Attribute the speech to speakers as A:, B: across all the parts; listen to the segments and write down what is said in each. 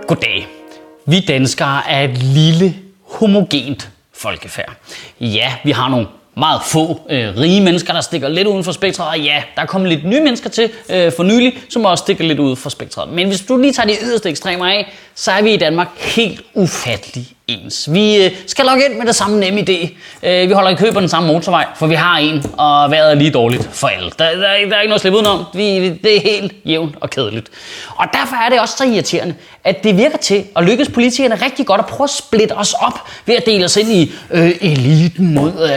A: Goddag. Vi danskere er et lille, homogent folkefærd. Ja, vi har nogle meget få rige mennesker, der stikker lidt uden for spektret, og ja, der er kommet lidt nye mennesker til for nylig, som også stikker lidt ud for spektret. Men hvis du lige tager de yderste ekstremer af, så er vi i Danmark helt ufattelig ens. Vi skal logge ind med det samme NemID. Vi holder i kø på den samme motorvej, for vi har en, og vejret er lige dårligt for alle. Der er ikke noget at slippe udenom. Det er helt jævnt og kedeligt. Og derfor er det også så irriterende, at det virker til at lykkes politikerne rigtig godt at prøve at splitte os op ved at dele os ind i eliten mod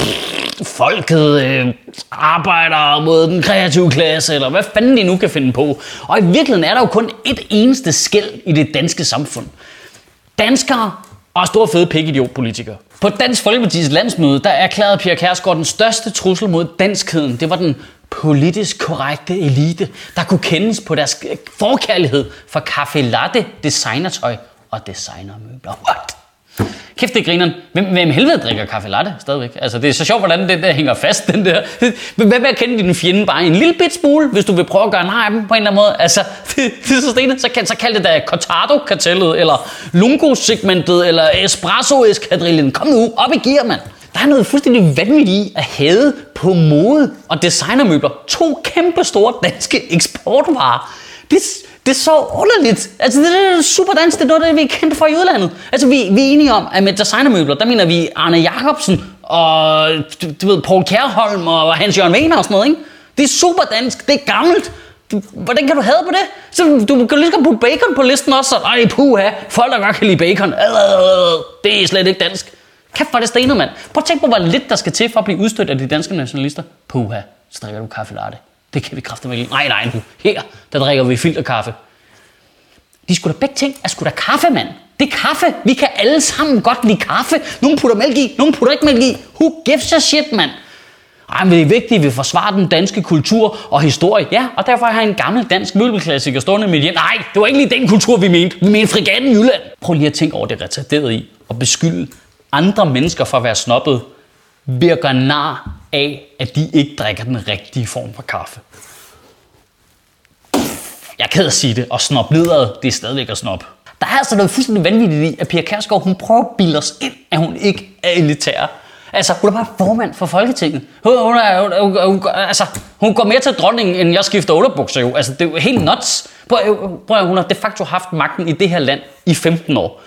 A: folket, arbejdere mod den kreative klasse, eller hvad fanden de nu kan finde på. Og i virkeligheden er der jo kun et eneste skel i det danske samfund. Danskere og store fede pikidiotpolitikere. På Dansk Folkepartis landsmøde, der erklærede Pia Kjærsgaard den største trussel mod danskheden. Det var den politisk korrekte elite, der kunne kendes på deres forkærlighed for café latte, designertøj og designermøbler. What? Kæft, det griner. Hvem helvede drikker café latte stadigvæk? Altså, det er så sjovt, hvordan den der hænger fast, den der. Hvad med at kende din fjende bare en lille bit smule, hvis du vil prøve at gøre nar af dem på en eller anden måde? Altså, det er så stenet. Så kald det da Cortado-kartellet, eller Lungo-segmentet, eller Espresso-eskadrillen. Kom nu, op i gear, mand. Der er noget fuldstændig vanvittigt i at hade på mode og designermøbler. 2 kæmpe store danske eksportvarer. Det er så underligt. Altså, det er super dansk. Det er noget, vi er kendt for i udlandet. Altså, vi er enige om, at med designermøbler, der mener vi Arne Jacobsen og du ved, Poul Kjærholm og Hans Jørgen Wehner og sådan noget, ikke? Det er super dansk. Det er gammelt. Hvordan kan du have på det? Så du kan lige så putte bacon på listen også. Ej, puha. Folk, der godt kan lide bacon. Det er slet ikke dansk. Kæft, hvor er det stenet, mand. Prøv at tænke på, hvor lidt der skal til for at blive udstødt af de danske nationalister. Puha, så drikker du kaffe latte. Det kan vi kraftedeme ikke. Nej, du. Her, der drikker vi filterkaffe. De skulle da begge ting er sgu da kaffe, mand. Det er kaffe. Vi kan alle sammen godt lide kaffe. Nogle putter mælk i, nogle putter ikke mælk i. Who gives a shit, mand? Ej, men det er vigtigt, at vi forsvarer den danske kultur og historie. Ja, og derfor har jeg en gammel dansk møbelklassiker stående i mit hjem. Nej, det var ikke lige den kultur, vi mente. Vi mente frigatten i Jylland. Prøv lige at tænke over det retarderede i og beskylde andre mennesker for at være snobbet ved at gøre nar af, at de ikke drikker den rigtige form for kaffe. Jeg er ked at sige det, og snoblederet, det er stadigvæk at snob. Der er altså noget fuldstændig vanvittigt i, at Pia Kjærsgaard, hun prøver at bilde os ind, at hun ikke er elitær. Altså, hun er bare formand for Folketinget. Hun går mere til dronningen, end jeg skifter underbukser jo. Altså, det er jo helt nuts. Prøv, hun har de facto haft magten i det her land i 15 år.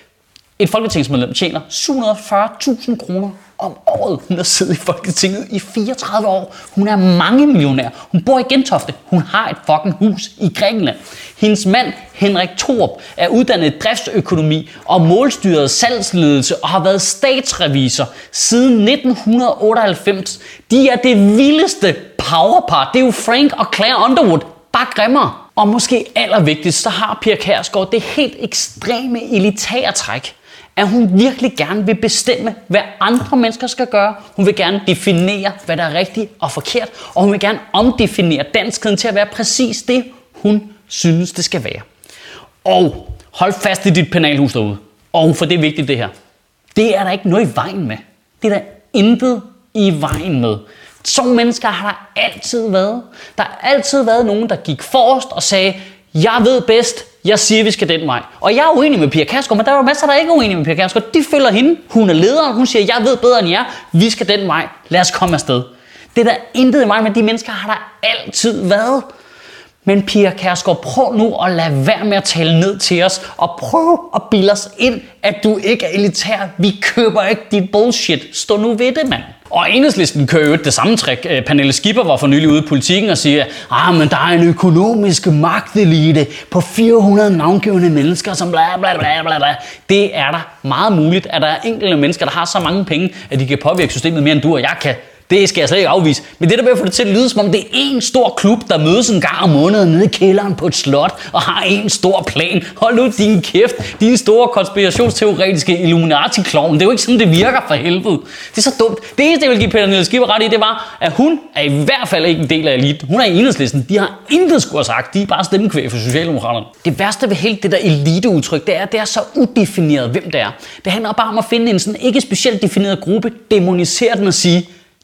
A: Et folketingsmedlem tjener 740.000 kroner om året. Hun har siddet i Folketinget i 34 år. Hun er mangemillionær. Hun bor i Gentofte. Hun har et fucking hus i Grækenland. Hendes mand, Henrik Thorup, er uddannet i driftsøkonomi og målstyret salgsledelse og har været statsrevisor siden 1998. De er det vildeste powerpar. Det er jo Frank og Claire Underwood. Bare grimmere. Og måske allervigtigst, så har Pia Kjærsgaard det helt ekstreme elitære træk, at hun virkelig gerne vil bestemme, hvad andre mennesker skal gøre. Hun vil gerne definere, hvad der er rigtigt og forkert, og hun vil gerne omdefinere danskheden til at være præcis det, hun synes, det skal være. Og hold fast i dit penalhus derude. Og for det er vigtigt det her. Det er der ikke noget i vejen med. Det er der intet i vejen med. Sådan mennesker har der altid været. Der har altid været nogen, der gik forrest og sagde, jeg ved bedst, jeg siger, vi skal den vej. Og jeg er uenig med Pia Kjærsgaard, men der er jo masser, der ikke er uenige med Pia Kjærsgaard. De følger hende. Hun er lederen. Hun siger, jeg ved bedre end jer. Vi skal den vej. Lad os komme afsted. Det er der intet i vejen med. De mennesker har der altid været. Men Pia Kjærsgaard, prøv nu at lade være med at tale ned til os, og prøv at bilde os ind, at du ikke er elitær. Vi køber ikke dit bullshit. Stå nu ved det, mand. Og Enhedslisten kører jo det samme trick. Pernille Skipper var for nylig ude i Politikken og siger, men der er en økonomisk magtelite på 400 navngivende mennesker, som bla bla bla bla bla. Det er der meget muligt, at der er enkelte mennesker, der har så mange penge, at de kan påvirke systemet mere end du og jeg kan. Det skal jeg slet ikke afvise. Men det der med at få det til at lyde, som om det er en stor klub, der mødes en gang om måneden nede i kælderen på et slot og har en stor plan. Hold nu din kæft, din store konspirationsteoretiske Illuminati-klovn. Det er jo ikke sådan, det virker for helvede. Det er så dumt. Det eneste, jeg vil give Pernille Skipper ret i, det var, at hun er i hvert fald ikke en del af eliten. Hun er i Enhedslisten. De har intet skulle have sagt. De er bare stemmekvæg for Socialdemokraterne. Det værste ved hele det der eliteudtryk, det er så udefineret, hvem det er. Det handler bare om at finde en sådan ikke specielt defineret gruppe, dæmonisere den og sige,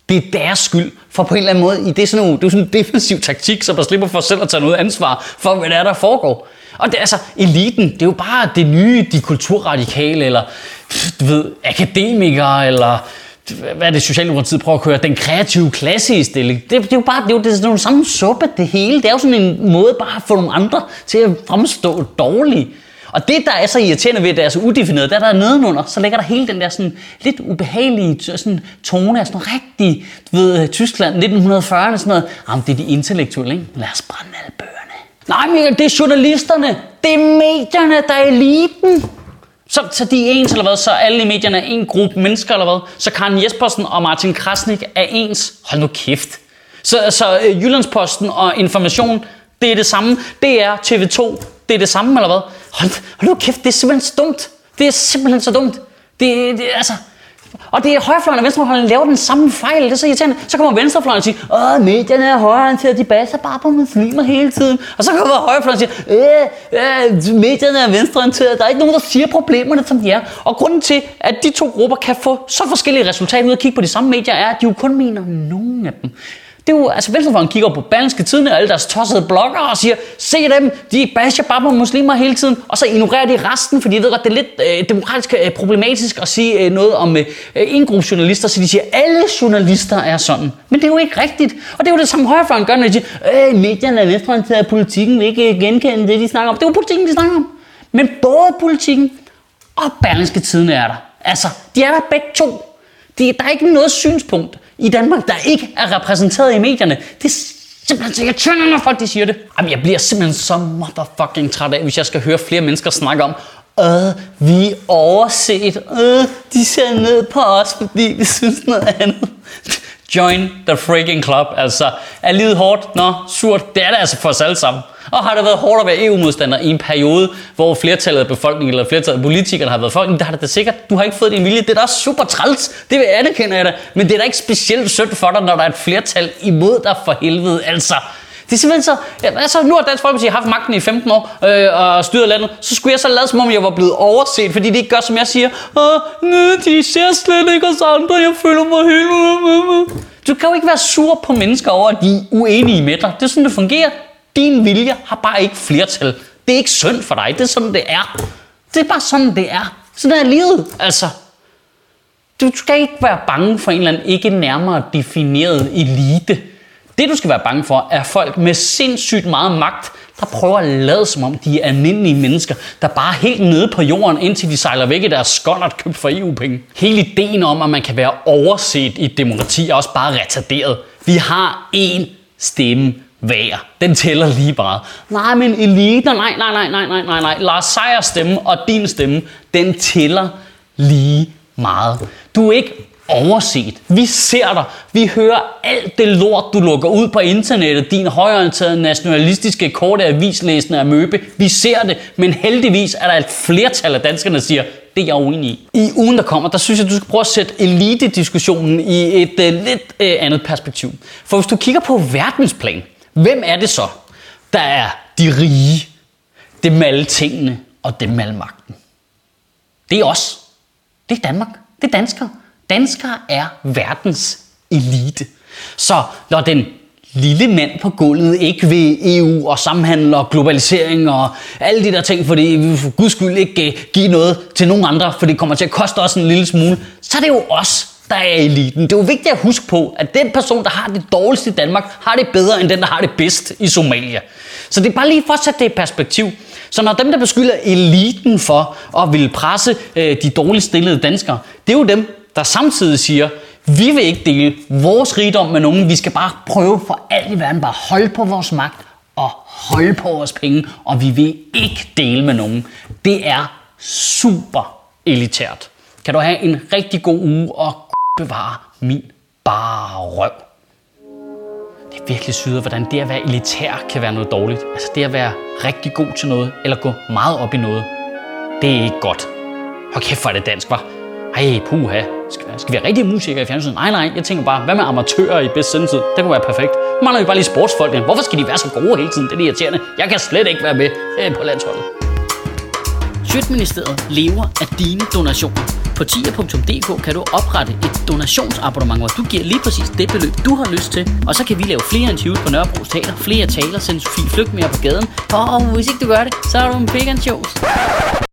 A: Det er deres skyld, for på en eller anden måde, det er sådan en defensiv taktik, så man slipper for selv at tage noget ansvar for, hvad det er, der foregår. Og det, altså, eliten, det er jo bare det nye, de kulturradikale, eller du ved, akademikere, eller hvad er det, Socialdemokratiet prøver at køre, den kreative klasse i stilling. Det er jo bare, det er sådan nogle samme suppe, det hele. Det er jo sådan en måde bare at få nogle andre til at fremstå dårlige. Og det, der er så irriterende ved, at det er så udefineret, der er nedenunder, så ligger der hele den der sådan lidt ubehagelige sådan tone af sådan rigtig, du ved, Tyskland 1940'erne sådan noget. Jamen, det er de intellektuelle, ikke? Lad os brænde alle bøgerne. Nej, Michael, det er journalisterne. Det er medierne, der er eliten. Så de er ens, eller hvad? Så alle i medierne er en gruppe mennesker, eller hvad? Så Karen Jespersen og Martin Krasnik er ens. Hold nu kæft. Så Jyllandsposten og Information, det er det samme. DR, TV2, det er det samme, eller hvad? Hold nu kæft, det er simpelthen så dumt. Det er simpelthen så dumt. Altså... Og det er højrefløjen og venstrefløjen, der laver den samme fejl. Det er så irriterende. Så kommer venstrefløjen og siger, medierne er højreorienterede, de baser bare på muslimer hele tiden. Og så kommer højrefløjen og siger, medierne er venstreorienterede, der er ikke nogen, der siger problemerne, som de er. Og grunden til, at de to grupper kan få så forskellige resultater ud af at kigge på de samme medier, er, at de jo kun mener nogen af dem. Det er jo, altså venstrefløjen kigger på Berlingske Tidende og alle deres tossede bloggere og siger, se dem, de basher bare på muslimer hele tiden, og så ignorerer de resten, fordi jeg ved godt, det er lidt demokratisk problematisk at sige noget om en gruppe journalister, så de siger, alle journalister er sådan. Men det er jo ikke rigtigt, og det er jo det samme højrefløjen gør, når de siger, medierne er venstreorienterede, politikken vil ikke genkende det, de snakker om. Det er jo politikken, de snakker om. Men både politikken og Berlingske Tidende er der. Altså, de er der begge to. Der er ikke noget synspunkt i Danmark, der ikke er repræsenteret i medierne. Det er simpelthen så irriterende, når folk de siger det. Jamen, jeg bliver simpelthen så motherfucking træt af, hvis jeg skal høre flere mennesker snakke om, vi er overset, de ser ned på os, fordi vi synes noget andet. Join the freaking club. Altså, er livet hårdt? Nå, surt. Det er det altså for os alle sammen. Og har det været hårdt at være EU-modstander i en periode, hvor flertallet af befolkningen, eller flertallet af politikerne har været befolkningen, der har det da sikkert. Du har ikke fået din vilje. Det er da også super træls. Det vil jeg anerkende af dig. Men det er da ikke specielt synd for dig, når der er et flertal imod dig for helvede. Altså, det er simpelthen så... Altså, nu har Dansk Folkeparti haft magten i 15 år og styret landet. Så skulle jeg så lade som om, jeg var blevet overset, fordi de ikke gør, som jeg siger. De ser slet ikke os andre. Jeg føler mig helt... Du kan jo ikke være sur på mennesker over, at de er uenige med dig. Det er sådan, det fungerer. Din vilje har bare ikke flertal. Det er ikke synd for dig. Det er sådan, det er. Det er bare sådan, det er. Sådan er livet, altså. Du skal ikke være bange for en eller anden ikke nærmere defineret elite. Det, du skal være bange for, er folk med sindssygt meget magt, der prøver at lade som om, de er almindelige mennesker, der bare er helt nede på jorden, indtil de sejler væk i deres skonnert købt for EU-penge. Hele ideen om, at man kan være overset i et demokrati, er også bare retarderet. Vi har én stemme hver. Den tæller lige meget. Nej, men eliter, nej. Lars Seiers stemme og din stemme, den tæller lige meget. Du er ikke overset. Vi ser dig. Vi hører alt det lort, du lukker ud på internettet. Din højreorienterede nationalistiske korte avislæsende amøbe. Vi ser det, men heldigvis er der et flertal af danskerne, der siger, det er jeg uenig i. I ugen, der kommer, der synes jeg, du skal prøve at sætte elitediskussionen i et lidt andet perspektiv. For hvis du kigger på verdensplan, hvem er det så, der er de rige, dem med alle tingene og dem med al magten? Det er os. Det er Danmark. Det er danskere. Danskere er verdens elite. Så når den lille mand på gulvet ikke vil EU og samhandel og globalisering og alle de der ting, fordi vi for guds skyld ikke give noget til nogen andre, for det kommer til at koste os en lille smule, så er det jo os, der er eliten. Det er jo vigtigt at huske på, at den person, der har det dårligste i Danmark, har det bedre end den, der har det bedst i Somalia. Så det er bare lige for at sætte det i perspektiv. Så når dem, der beskylder eliten for at ville presse de dårligst stillede danskere, det er jo dem, der samtidig siger, vi vil ikke dele vores rigdom med nogen, vi skal bare prøve for alt i verden, bare holde på vores magt og holde på vores penge, og vi vil ikke dele med nogen. Det er super elitært. Kan du have en rigtig god uge og bevare min bare røv. Det er virkelig syret, hvordan det at være elitær kan være noget dårligt. Altså det at være rigtig god til noget, eller gå meget op i noget, det er ikke godt. Hold kæft, for det dansk, var. Ej, puha. Skal vi have rigtige musikere i fjernsynet? Nej, jeg tænker bare, hvad med amatører i bedst sendetid? Det kunne være perfekt. Nu mangler vi bare lige sportsfolkene. Hvorfor skal de være så gode hele tiden? Det er irriterende. Jeg kan slet ikke være med på landsholdet. Sjøtministeriet lever af dine donationer.
B: På tier.dk kan du oprette et donationsabonnement, hvor du giver lige præcis det beløb, du har lyst til. Og så kan vi lave flere interviews på Nørrebros Teater, flere taler, sende Sofie Flygt mere på gaden. Og hvis ikke du gør det, så er du en vegan shows.